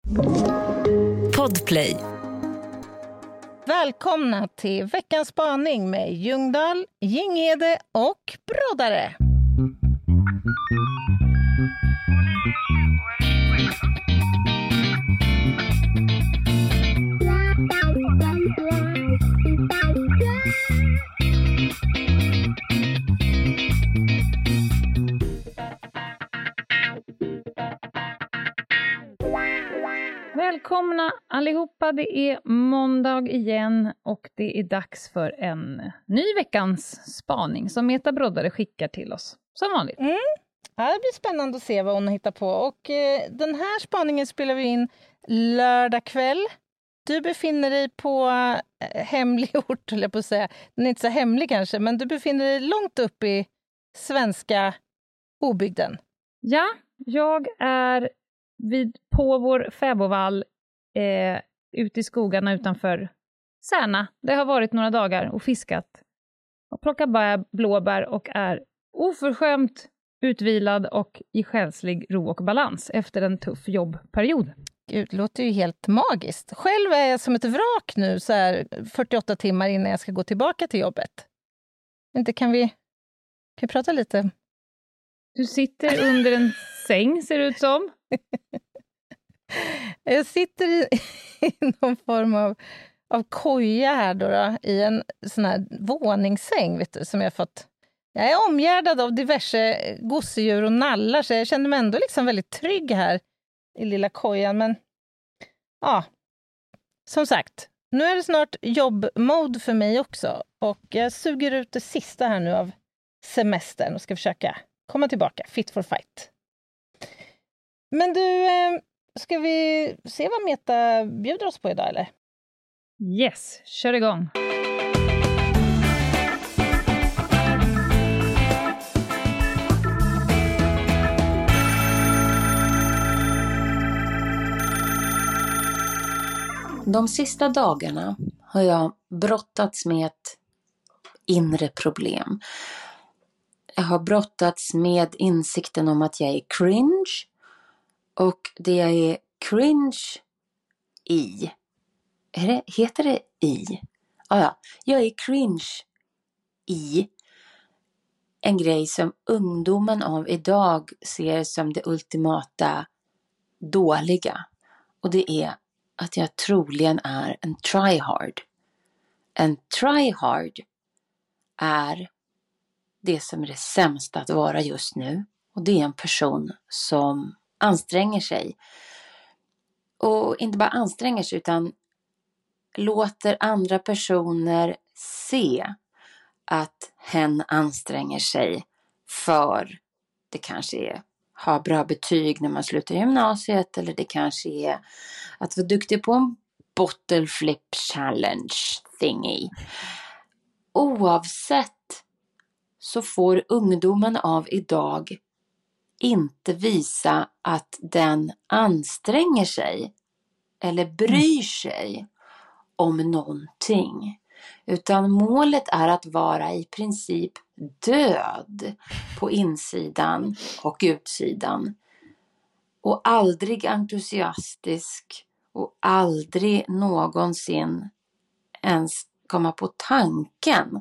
Podplay. Välkomna till veckans spaning med Ljungdahl, Ginghede och Broddare. Välkomna allihopa, det är måndag igen och det är dags för en ny veckans spaning som Meta Broddare skickar till oss, som vanligt. Ja, det blir spännande att se vad hon hittar på. Och den här spaningen spelar vi in lördag kväll. Du befinner dig på hemlig ort, eller på att säga. Den är inte så hemlig kanske, men du befinner dig långt upp i svenska obygden. Ja, jag är på vår fäbodvall ute i skogarna utanför Särna. Det har varit några dagar och fiskat och plockat blåbär och är oförskämt utvilad och i själslig ro och balans efter en tuff jobbperiod. Gud, det låter ju helt magiskt. Själv är jag som ett vrak nu så här 48 timmar innan jag ska gå tillbaka till jobbet. Inte kan vi prata lite? Du sitter under en säng, ser det ut som. Jag sitter i någon form av koja här då, i en sån här våningssäng, vet du, som jag fått. Jag är omgärdad av diverse gosedjur och nallar, så jag känner mig ändå liksom väldigt trygg här i lilla kojan. Men ja, som sagt, nu är det snart jobbmode för mig också. Och jag suger ut det sista här nu av semestern och ska försöka komma tillbaka, fit for fight. Men du, ska vi se vad Meta bjuder oss på idag, eller? Yes, kör igång. De sista dagarna har jag brottats med ett inre problem. Jag har brottats med insikten om att jag är cringe. Och det jag är cringe i. Heter det i? Ja, jag är cringe i en grej som ungdomen av idag ser som det ultimata dåliga. Och det är att jag troligen är en tryhard. En tryhard är det som är det sämsta att vara just nu. Och det är en person som anstränger sig. Och inte bara anstränger sig utan låter andra personer se att hen anstränger sig för det kanske är ha bra betyg när man slutar gymnasiet, eller det kanske är att vara duktig på en bottle flip challenge thingy. Oavsett så får ungdomen av idag inte visa att den anstränger sig eller bryr sig om någonting. Utan målet är att vara i princip död på insidan och utsidan. Och aldrig entusiastisk och aldrig någonsin ens komma på tanken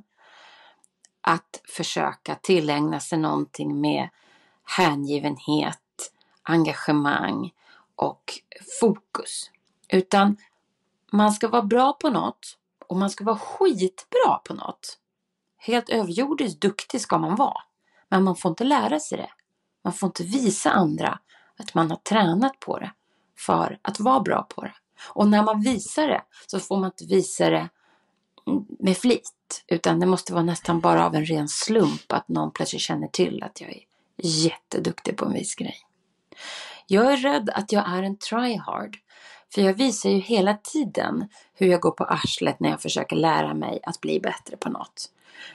att försöka tillägna sig någonting med hängivenhet, engagemang och fokus. Utan man ska vara bra på något och man ska vara skitbra på något. Helt överjordiskt duktig ska man vara. Men man får inte lära sig det. Man får inte visa andra att man har tränat på det för att vara bra på det. Och när man visar det så får man inte visa det med flit. Utan det måste vara nästan bara av en ren slump att någon plötsligt känner till att jag är jätteduktig på en viss grej. Jag är rädd att jag är en tryhard. För jag visar ju hela tiden hur jag går på arslet när jag försöker lära mig att bli bättre på något.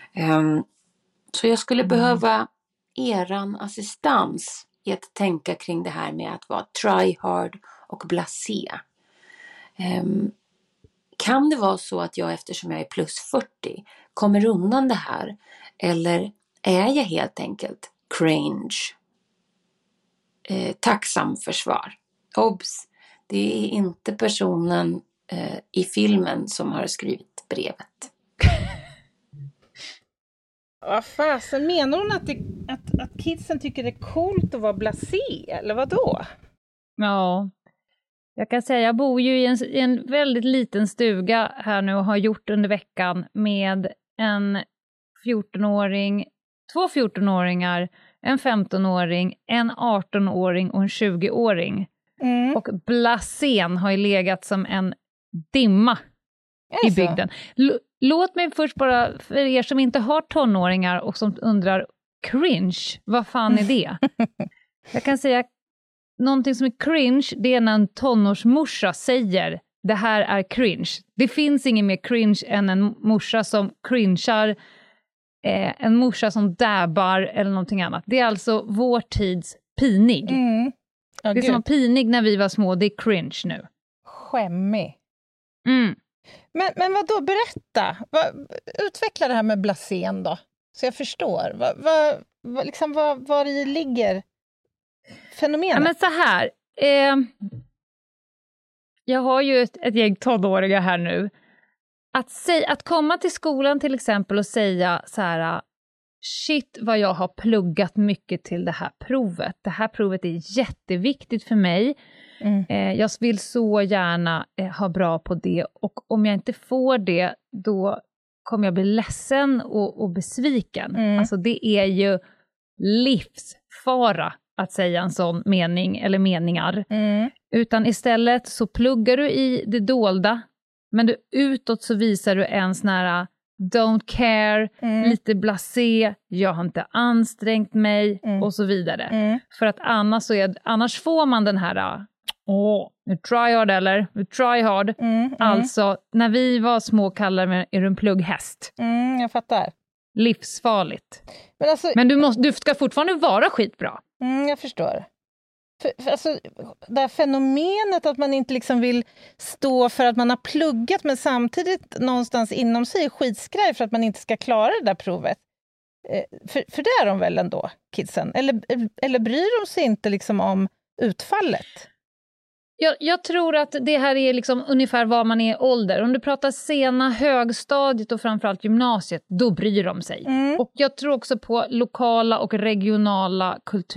Så jag skulle behöva eran assistans i att tänka kring det här med att vara tryhard och blasé. Kan det vara så att jag, eftersom jag är plus 40, kommer undan det här? Eller är jag helt enkelt cringe? Tacksam för svar. Obs! Det är inte personen i filmen som har skrivit brevet. Vad fasen, menar hon att kidsen tycker det är coolt att vara blasé, eller vad då? Ja, jag kan säga, jag bor ju i en väldigt liten stuga här nu och har gjort under veckan med en 14-åring, 2 14-åringar, en 15-åring, en 18-åring och en 20-åring. Och blasén har ju legat som en dimma i bygden. Låt mig först bara, för er som inte har tonåringar och som undrar, cringe, vad fan är det? Jag kan säga, någonting som är cringe, det är när en tonårsmorsa säger, det här är cringe. Det finns ingen mer cringe än en morsa som cringear, en morsa som dabbar eller någonting annat. Det är alltså vår tids pinig. Det som var pinig när vi var små, det är cringe nu. Skämmig. Men vad då? Berätta. Utveckla det här med blasén då. Så jag förstår. Var i ligger fenomenet? Ja, men så här. Jag har ju ett gäng tonåringar här nu. Att komma till skolan till exempel och säga så här: shit vad jag har pluggat mycket till det här provet. Det här provet är jätteviktigt för mig. Jag vill så gärna ha bra på det. Och om jag inte får det, då kommer jag bli ledsen och besviken. Alltså det är ju livsfara att säga en sån mening eller meningar. Utan istället så pluggar du i det dolda. Men utåt så visar du en sån här don't care, lite blasé, jag har inte ansträngt mig och så vidare. För att annars får man den här nu try hard eller try hard. Alltså, när vi var små kallade vi en plugghäst. Jag fattar. Livsfarligt. Men du ska fortfarande vara skitbra. Jag förstår. För alltså, det här fenomenet att man inte liksom vill stå för att man har pluggat men samtidigt någonstans inom sig är skitskraj för att man inte ska klara det där provet. För det är de väl ändå, kidsen? Eller bryr de sig inte liksom om utfallet? Jag tror att det här är liksom ungefär vad man är i ålder. Om du pratar sena högstadiet och framförallt gymnasiet, då bryr de sig. Och jag tror också på lokala och regionala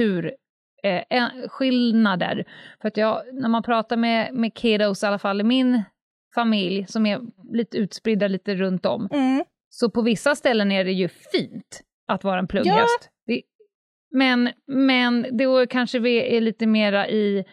skillnader. För att när man pratar med kiddos, i alla fall i min familj, som är lite utspridda lite runt om, så på vissa ställen är det ju fint att vara en plugghäst. Ja. Men då kanske vi är lite mera i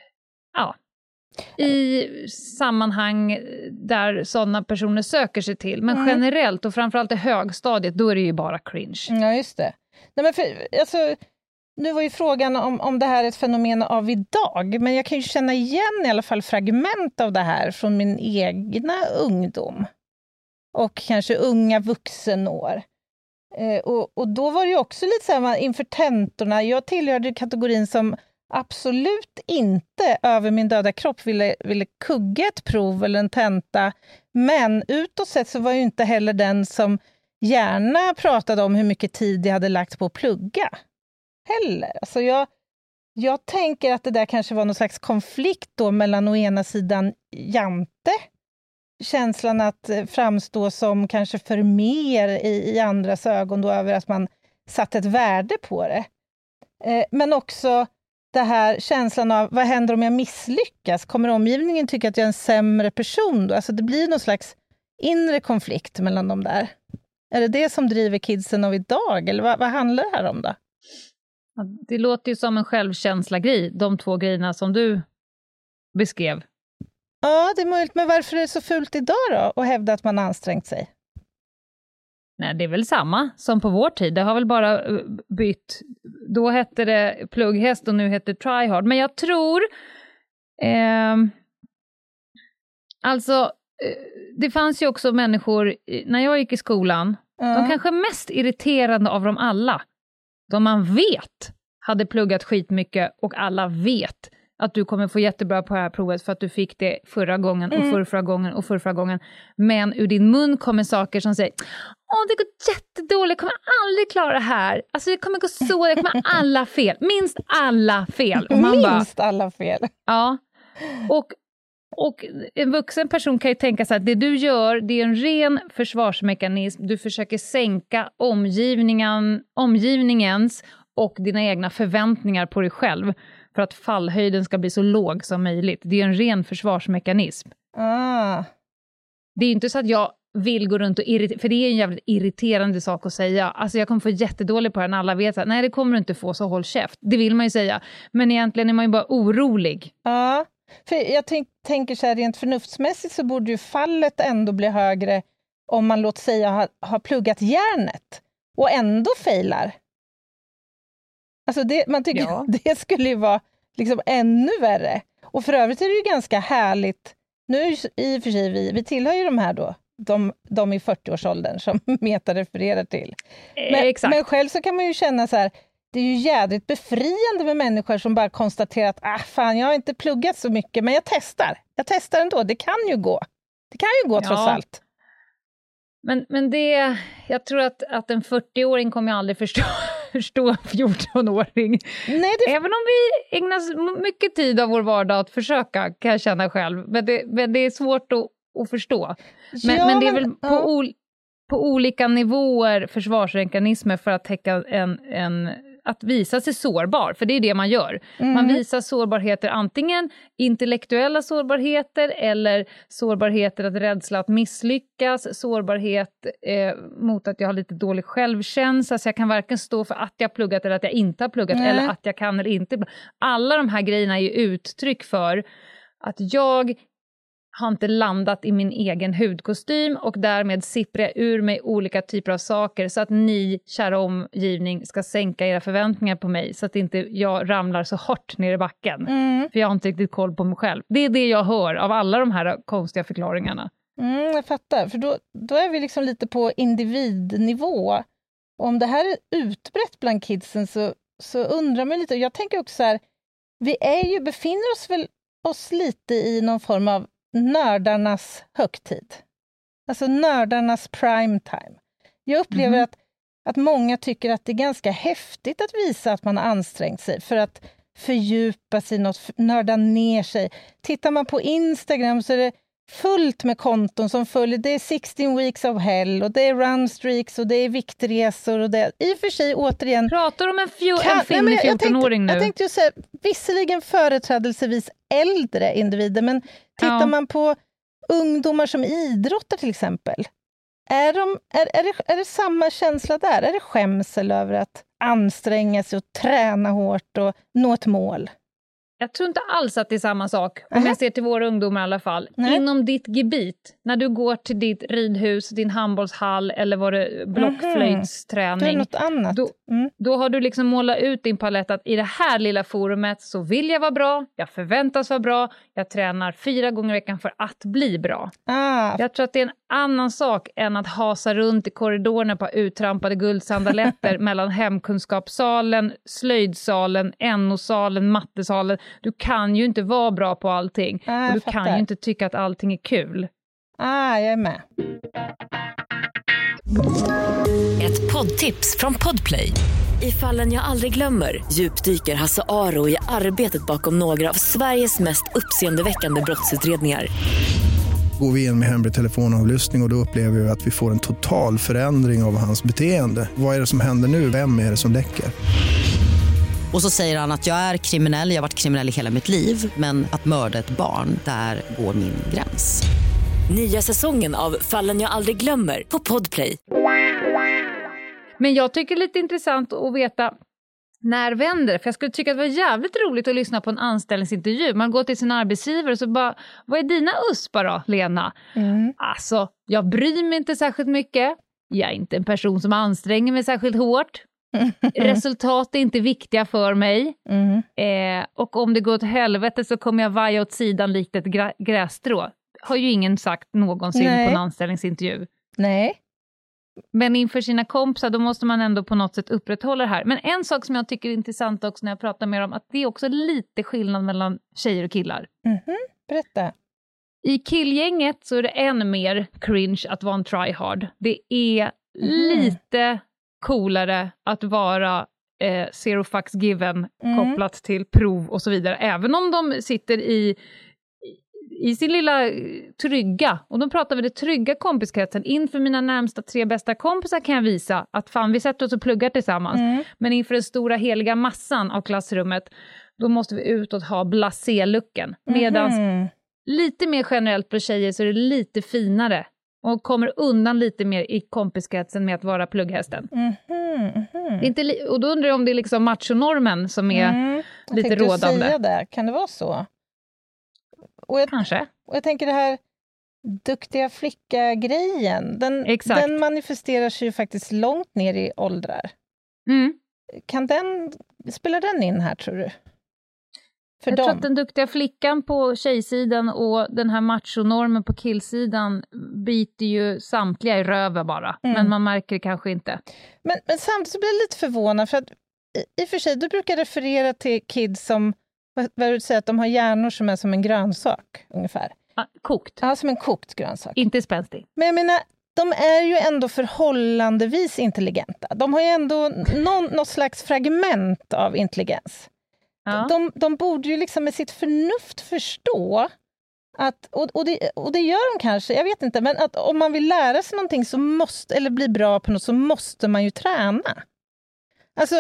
sammanhang där sådana personer söker sig till. Men generellt och framförallt i högstadiet, då är det ju bara cringe. Ja, just det. Nej, men nu var ju frågan om det här är ett fenomen av idag, men jag kan ju känna igen i alla fall fragment av det här från min egna ungdom och kanske unga vuxenår. Och då var det ju också lite så här inför tentorna. Jag tillhörde kategorin som absolut inte över min döda kropp ville kugga ett prov eller en tenta, men utåt sett så var ju inte heller den som gärna pratade om hur mycket tid jag hade lagt på att plugga heller. Alltså jag tänker att det där kanske var någon slags konflikt då mellan å ena sidan jante, känslan att framstå som kanske för mer i andras ögon då över att man satt ett värde på det. Men också det här känslan av, vad händer om jag misslyckas? Kommer omgivningen tycka att jag är en sämre person då? Alltså det blir någon slags inre konflikt mellan de där. Är det som driver kidsen av idag? Eller vad handlar det här om då? Ja, det låter ju som en självkänsla-grej, de 2 grejerna som du beskrev. Ja, det är möjligt. Men varför är det så fult idag då? Att hävda att man har ansträngt sig? Nej, det är väl samma som på vår tid. Det har väl bara bytt. Då hette det plugghäst och nu heter det tryhard. Men jag tror det fanns ju också människor när jag gick i skolan, de kanske mest irriterande av dem alla, de man vet hade pluggat skitmycket och alla vet att du kommer få jättebra på det här provet för att du fick det förra gången och förra gången och förra gången. Men ur din mun kommer saker som säger, det går jättedåligt, jag kommer aldrig klara det här. Alltså det kommer gå så, jag kommer alla fel. Minst alla fel. Och man minst alla fel. Ja, Och en vuxen person kan ju tänka sig att det du gör, det är en ren försvarsmekanism. Du försöker sänka omgivningens och dina egna förväntningar på dig själv för att fallhöjden ska bli så låg som möjligt. Det är en ren försvarsmekanism. Det är inte så att jag vill gå runt och irritera, för det är en jävligt irriterande sak att säga. Alltså jag kommer få jättedåligt på det när alla vet att nej, det kommer du inte få, så håll käft. Det vill man ju säga. Men egentligen är man ju bara orolig. Ja, för jag tänker så här, rent förnuftsmässigt så borde ju fallet ändå bli högre om man, låt säga, har pluggat järnet och ändå failar. Alltså man tycker det skulle ju vara liksom ännu värre. Och för övrigt är det ju ganska härligt. Nu är i och för sig vi tillhör ju de här då, de i 40-årsåldern som Meta refererar till. Men själv så kan man ju känna så här, det är ju jädrigt befriande med människor som bara konstaterar att fan, jag har inte pluggat så mycket, men jag testar ändå, det kan ju gå trots allt. Men det, jag tror att en 40-åring kommer jag aldrig förstå en 14-åring. Även om vi ägnar mycket tid av vår vardag att försöka, kan jag känna själv. Men det är svårt att förstå. Men det är väl på olika nivåer försvarsmekanismer för att täcka att visa sig sårbar, för det är det man gör. Man visar sårbarheter, antingen intellektuella sårbarheter eller sårbarheter att rädsla att misslyckas, sårbarhet mot att jag har lite dålig självkänsla, så jag kan varken stå för att jag pluggat eller att jag inte har pluggat, eller att jag kan eller inte. Alla de här grejerna är ju uttryck för att jag har inte landat i min egen hudkostym och därmed sipprar jag ur mig olika typer av saker så att ni, kära omgivning, ska sänka era förväntningar på mig så att inte jag ramlar så hårt ner i backen. För jag har inte riktigt koll på mig själv. Det är det jag hör av alla de här konstiga förklaringarna. Jag fattar, för då är vi liksom lite på individnivå. Och om det här är utbrett bland kidsen så undrar man lite, jag tänker också så här, vi befinner oss lite i någon form av nördarnas högtid. Alltså nördarnas prime time. Jag upplever att många tycker att det är ganska häftigt att visa att man har ansträngt sig för att fördjupa sig i något, nörda ner sig. Tittar man på Instagram så är det fullt med konton som följer. Det är 16 weeks of hell och det är runstreaks och det är viktresor och det. I och för sig återigen. Pratar om en 14-åring nu? Jag tänkte ju säga, visserligen företrädelsevis äldre individer, men tittar man på ungdomar som idrottar till exempel, är det samma känsla där? Är det skämsel över att anstränga sig och träna hårt och nå ett mål? Jag tror inte alls att det är samma sak, om jag ser till våra ungdomar i alla fall. Inom ditt gebit, när du går till ditt ridhus, din handbollshall eller vad det blockflöjtsträning. Det är något annat. Då har du liksom målat ut din palett att i det här lilla forumet så vill jag vara bra, jag förväntas vara bra, jag tränar 4 gånger i veckan för att bli bra. Jag tror att det är en annan sak än att hasa runt i korridorerna på uttrampade guldsandaletter mellan hemkunskapssalen, slöjdsalen, NO-salen, mattesalen. Du kan ju inte vara bra på allting. Och du kan ju inte tycka att allting är kul. Jag är med. Ett poddtips från Podplay. I Fallen jag aldrig glömmer djupdyker Hasse Aro i arbetet bakom några av Sveriges mest uppseendeväckande brottsutredningar. Går vi in med hemlig telefonavlyssning och då upplever vi att vi får en total förändring av hans beteende. Vad är det som händer nu? Vem är det som läcker? Och så säger han att jag är kriminell, jag har varit kriminell i hela mitt liv. Men att mörda ett barn, där går min gräns. Nya säsongen av Fallen jag aldrig glömmer på Podplay. Men jag tycker det är lite intressant att veta när vänder. För jag skulle tycka att det var jävligt roligt att lyssna på en anställningsintervju. Man går till sin arbetsgivare och så bara, vad är dina USPar då, Lena? Alltså, jag bryr mig inte särskilt mycket. Jag är inte en person som anstränger mig särskilt hårt. Resultat är inte viktiga för mig. Och om det går åt helvete så kommer jag vaja åt sidan likt ett grässtrå. Har ju ingen sagt någonsin på en anställningsintervju. Nej. Men inför sina kompisar då måste man ändå på något sätt upprätthålla det här. Men en sak som jag tycker är intressant också när jag pratar med dem, att det är också lite skillnad mellan tjejer och killar. Berätta. I killgänget så är det än mer cringe att vara en tryhard. Det är lite coolare att vara zero fucks given kopplat till prov och så vidare. Även om de sitter i i sin lilla trygga, och då pratar vi det trygga kompiskretsen, inför mina närmsta 3 bästa kompisar kan jag visa att fan, vi sätter oss och pluggar tillsammans. Men inför den stora heliga massan av klassrummet, då måste vi utåt ha blasé-looken. Medan lite mer generellt för tjejer så är det lite finare och kommer undan lite mer i kompiskretsen med att vara plugghästen. Det är inte och då undrar jag om det är liksom machonormen som är lite rådande. Säga det. Kan det vara så? Kanske. Och jag tänker det här duktiga flicka-grejen, den manifesterar sig ju faktiskt långt ner i åldrar. Spelar den in här, tror du? Jag tror att den duktiga flickan på tjejsidan och den här machonormen på killsidan biter ju samtliga i röven bara. Men man märker det kanske inte. Men samtidigt så blir jag lite förvånad, för att i och för sig, du brukar referera till kids som, vad du säger, att de har hjärnor som är som en grönsak, ungefär. Kokt. Ja, som en kokt grönsak. Inte spänstig. Men jag menar, de är ju ändå förhållandevis intelligenta. De har ju ändå något slags fragment av intelligens. Ja. De borde ju liksom med sitt förnuft förstå att, och det gör de kanske, jag vet inte, men att om man vill lära sig någonting så måste, eller bli bra på något, så måste man ju träna. Alltså,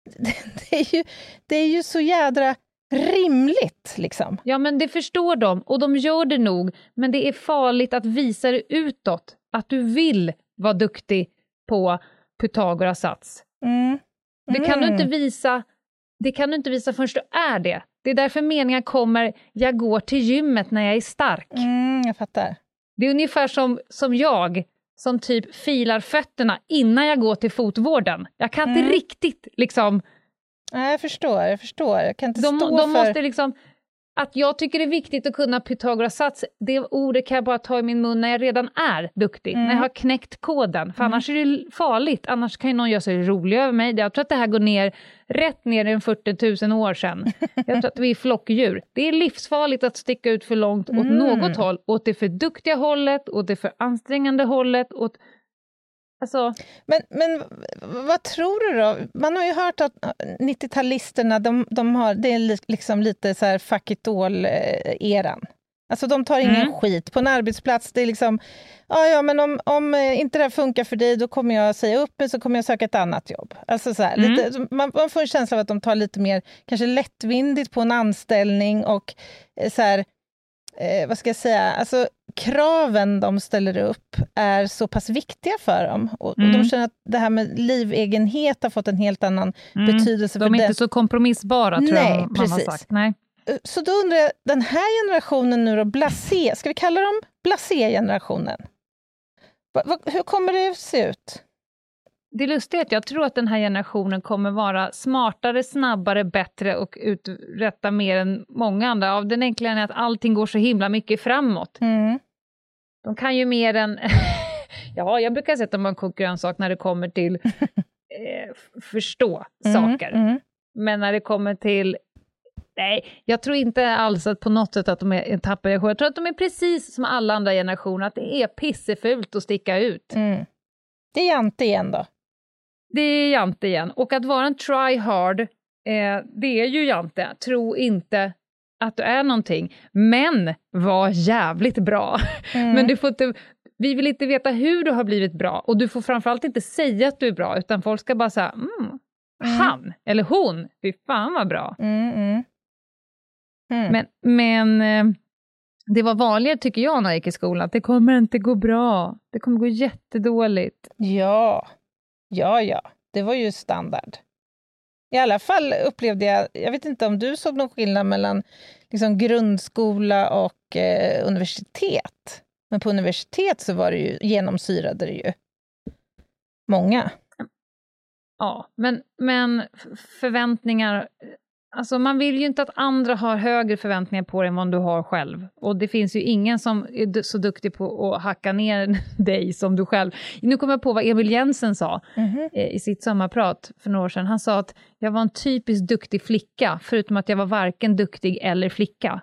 det är ju så jädra rimligt liksom. Ja, men det förstår de, och de gör det nog, men det är farligt att visa det utåt, att du vill vara duktig på Pythagoras sats. Det kan du inte visa. Det kan du inte visa förrän du är det. Det är därför meningen kommer, jag går till gymmet när jag är stark. Jag fattar. Det är ungefär som jag, som typ filar fötterna innan jag går till fotvården. Jag kan inte riktigt liksom... Nej, jag förstår. Jag kan inte de stå för... måste liksom... Att jag tycker det är viktigt att kunna Pythagoras sats, det ordet kan jag bara ta i min mun när jag redan är duktig. När jag har knäckt koden. För annars är det farligt. Annars kan ju någon göra sig rolig över mig. Jag tror att det här går rätt ner i 40 000 år sedan. Jag tror att vi är flockdjur. Det är livsfarligt att sticka ut för långt åt något håll. Åt det för duktiga hållet, åt det för ansträngande hållet, åt... Alltså... Men vad tror du då? Man har ju hört att 90-talisterna, de har, det är liksom lite så här fuck it all-eran. Alltså de tar ingen skit på en arbetsplats. Det är liksom, men om inte det här funkar för dig, då kommer jag säga upp mig, så kommer jag söka ett annat jobb. Alltså så här, lite, man får en känsla av att de tar lite mer kanske lättvindigt på en anställning, och så här, vad ska jag säga, alltså kraven de ställer upp är så pass viktiga för dem, och de känner att det här med livegenhet har fått en helt annan betydelse. De är inte så kompromissbara, tror jag man har sagt. Nej. Så då undrar jag, den här generationen nu då, blasé, ska vi kalla dem blasé-generationen? Hur kommer det se ut? Det är lustigt att jag tror att den här generationen kommer vara smartare, snabbare, bättre och uträtta mer än många andra. Av den enkla är att allting går så himla mycket framåt. De kan ju mer än... ja, jag brukar säga att de har en konkurrenssak när det kommer till förstå saker. Men när det kommer till... Nej, jag tror inte alls att på något sätt att de är en tappare. Jag tror att de är precis som alla andra generationer, att det är pissefult att sticka ut. Det är jante igen då. Det är jante igen. Och att vara en try hard, det är ju jante. Tro inte att du är någonting. Men var jävligt bra. Men du får inte, vi vill inte veta hur du har blivit bra. Och du får framförallt inte säga att du är bra. Utan folk ska bara säga, han eller hon, fy fan vad bra. Men det var vanligare, tycker jag, när jag gick i skolan, att det kommer inte gå bra. Det kommer gå jättedåligt. Ja. Det var ju standard. I alla fall upplevde jag vet inte om du såg någon skillnad mellan liksom grundskola och universitet. Men på universitet så var det ju, genomsyrade det ju många. Ja, men förväntningar... Alltså man vill ju inte att andra har högre förväntningar på dig än vad du har själv. Och det finns ju ingen som är så duktig på att hacka ner dig som du själv. Nu kommer jag på vad Emil Jensen sa i sitt sommarprat för några år sedan. Han sa att jag var en typiskt duktig flicka, förutom att jag var varken duktig eller flicka.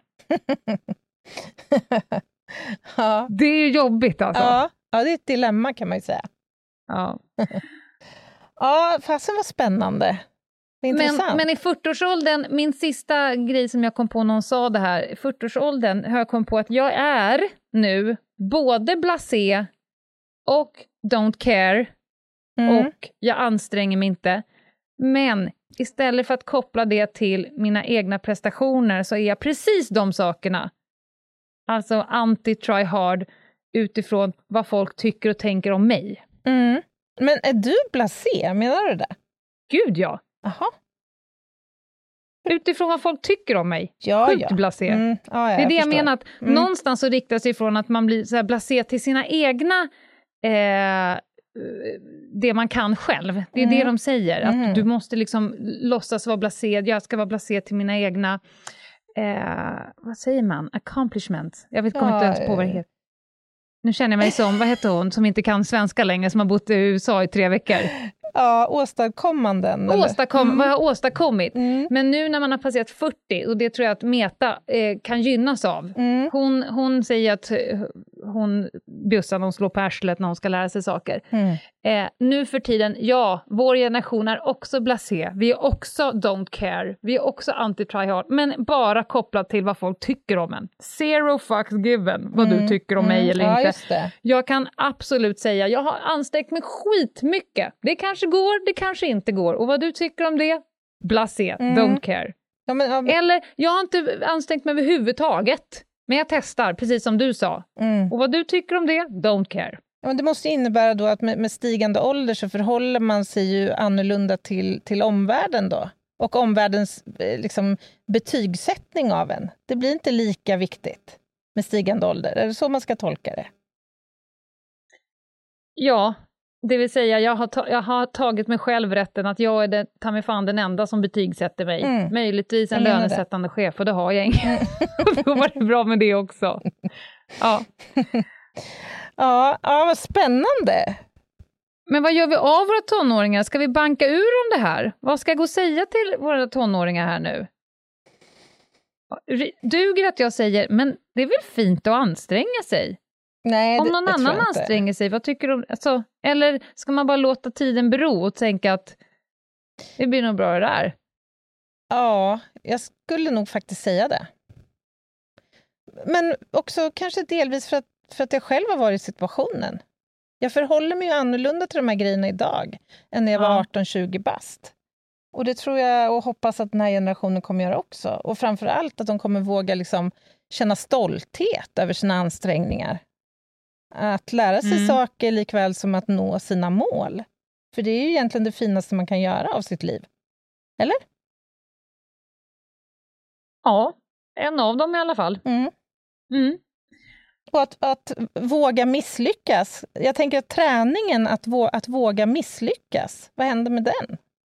Ja. Det är ju jobbigt alltså. Ja, det är ett dilemma kan man ju säga. Ja. Ja, fasen var spännande. Men i 40-årsåldern, min sista grej som jag kom på, någon sa det här, i 40-årsåldern har jag kommit på att jag är nu både blasé och don't care och jag anstränger mig inte. Men istället för att koppla det till mina egna prestationer så är jag precis de sakerna. Alltså anti-try hard utifrån vad folk tycker och tänker om mig. Mm. Men är du blasé? Menar du det? Gud, ja. Aha. Utifrån vad folk tycker om mig. Ja, Sjukt blasé. Det är det jag menar. Att någonstans så riktar sig ifrån att man blir så här blasé till sina egna... det man kan själv. Det är det de säger. Att du måste liksom låtsas vara blasé. Jag ska vara blasé till mina egna... vad säger man? Accomplishments. Jag kommer inte ens på vad det heter. Nu känner jag mig som, vad heter hon, som inte kan svenska längre, som har bott i USA i 3 veckor. Ja, åstadkommanden. Vad jag har åstadkommit. Men nu när man har passerat 40, och det tror jag att Meta kan gynnas av. Hon säger att hon bjussar någon slår på arslet när hon ska lära sig saker. Nu för tiden, ja, vår generation är också blasé. Vi är också don't care. Vi är också anti-try hard. Men bara kopplat till vad folk tycker om en. Zero fucks given vad du tycker om mig eller inte. Just det. Jag kan absolut säga, jag har ansträngt mig skitmycket. Det kanske går, det kanske inte går. Och vad du tycker om det, blasé, don't care. Ja, men... Eller, jag har inte ansträngt mig överhuvudtaget. Men jag testar, precis som du sa. Och vad du tycker om det, don't care. Ja, men det måste innebära då att med stigande ålder så förhåller man sig ju annorlunda till omvärlden då. Och omvärldens liksom, betygssättning av en. Det blir inte lika viktigt med stigande ålder. Är det så man ska tolka det? Ja, det vill säga jag har tagit mig själv rätten att jag är ta mig fan den enda som betygsätter mig. Möjligtvis en lönesättande chef, och det har jag ingen. Då var det bra med det också. Ja. Ja, vad spännande. Men vad gör vi av våra tonåringar? Ska vi banka ur om det här? Vad ska jag gå och säga till våra tonåringar här nu? Duger att jag säger, men det är väl fint att anstränga sig? Nej, om någon annan anstränger sig, vad tycker du? Alltså, eller ska man bara låta tiden bero och tänka att det blir nog bra det där? Ja, jag skulle nog faktiskt säga det. Men också kanske delvis för att jag själv har varit i situationen. Jag förhåller mig ju annorlunda till de här grejerna idag än när jag var 18-20 bast. Och det tror jag och hoppas att den här generationen kommer göra också. Och framförallt att de kommer våga liksom känna stolthet över sina ansträngningar. Att lära sig saker likväl som att nå sina mål. För det är ju egentligen det finaste man kan göra av sitt liv. Eller? Ja, en av dem i alla fall. Och att våga misslyckas. Jag tänker att träningen att våga misslyckas. Vad händer med den?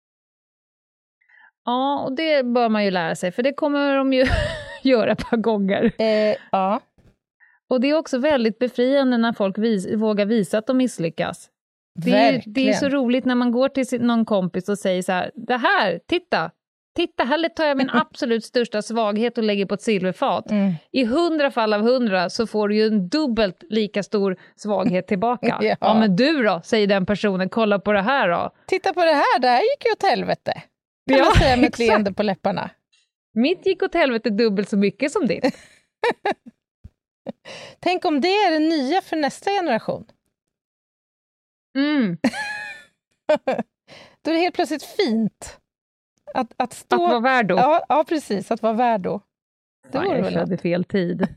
Ja, och det bör man ju lära sig. För det kommer de ju göra ett par gånger. Ja. Och det är också väldigt befriande när folk vågar visa att de misslyckas. Det är så roligt när man går till någon kompis och säger så här, det här, titta, här tar jag min absolut största svaghet och lägger på ett silverfat. I 100 fall av 100 så får du ju en dubbelt lika stor svaghet tillbaka. Ja, men du då, säger den personen, kolla på det här då. Titta på det här gick ju åt helvete. Kan man säga med ett leende på läpparna. Mitt gick åt helvete dubbelt så mycket som ditt. Tänk om det är det nya för nästa generation. Då är det helt plötsligt fint. Att stå... Att vara värdo. Ja, precis. Att vara värdo. Det var jag födde fel tid.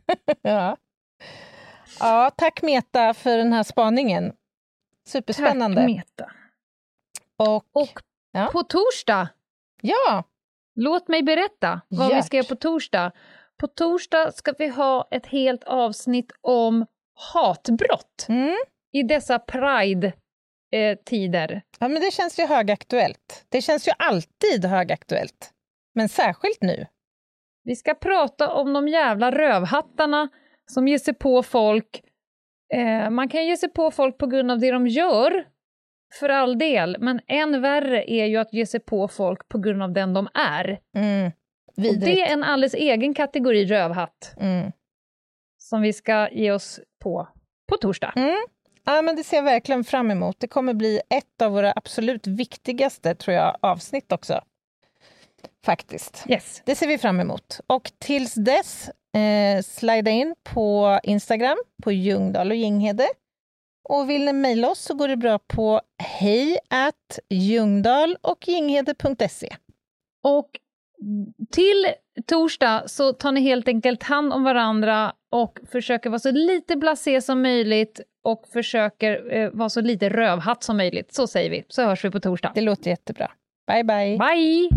Ja, tack Meta för den här spaningen. Superspännande. Tack Meta. Och på torsdag. Ja. Låt mig berätta vad vi ska göra på torsdag. På torsdag ska vi ha ett helt avsnitt om hatbrott. I dessa Pride-tider. Ja, men det känns ju högaktuellt. Det känns ju alltid högaktuellt. Men särskilt nu. Vi ska prata om de jävla rövhattarna som ger sig på folk. Man kan ge sig på folk på grund av det de gör. För all del. Men än värre är ju att ge sig på folk på grund av den de är. Och det är en alldeles egen kategori rövhatt. Som vi ska ge oss på torsdag. Ja, men det ser jag verkligen fram emot. Det kommer bli ett av våra absolut viktigaste, tror jag, avsnitt också. Faktiskt. Yes. Det ser vi fram emot. Och tills dess, slida in på Instagram, på Ljungdahl och Ginghede. Och vill ni mejla oss så går det bra på hej@ljungdahlochginghede.se. Och till torsdag så tar ni helt enkelt hand om varandra och försöker vara så lite blasé som möjligt och försöker vara så lite rövhatt som möjligt. Så säger vi. Så hörs vi på torsdag. Det låter jättebra. Bye, bye. Bye!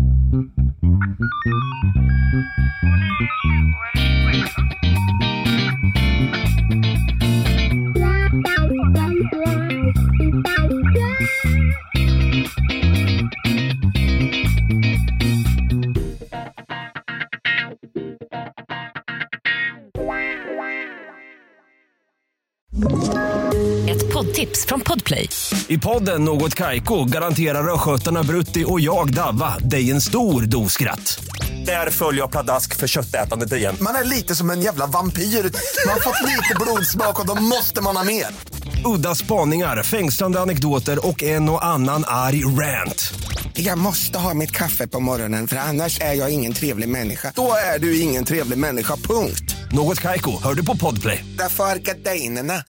Ett poddtips från Podplay. I podden Något Kaiko garanterar röskötarna Brutti och jag Davva dig en stor doskratt. Där följer jag pladask för köttätandet igen. Man är lite som en jävla vampyr. Man har fått lite blodsmak och då måste man ha mer. Udda spaningar, fängslande anekdoter och en och annan arg rant. Jag måste ha mitt kaffe på morgonen för annars är jag ingen trevlig människa. Då är du ingen trevlig människa, punkt. Något Kaiko, hör du på Podplay. Därför är gardinerna.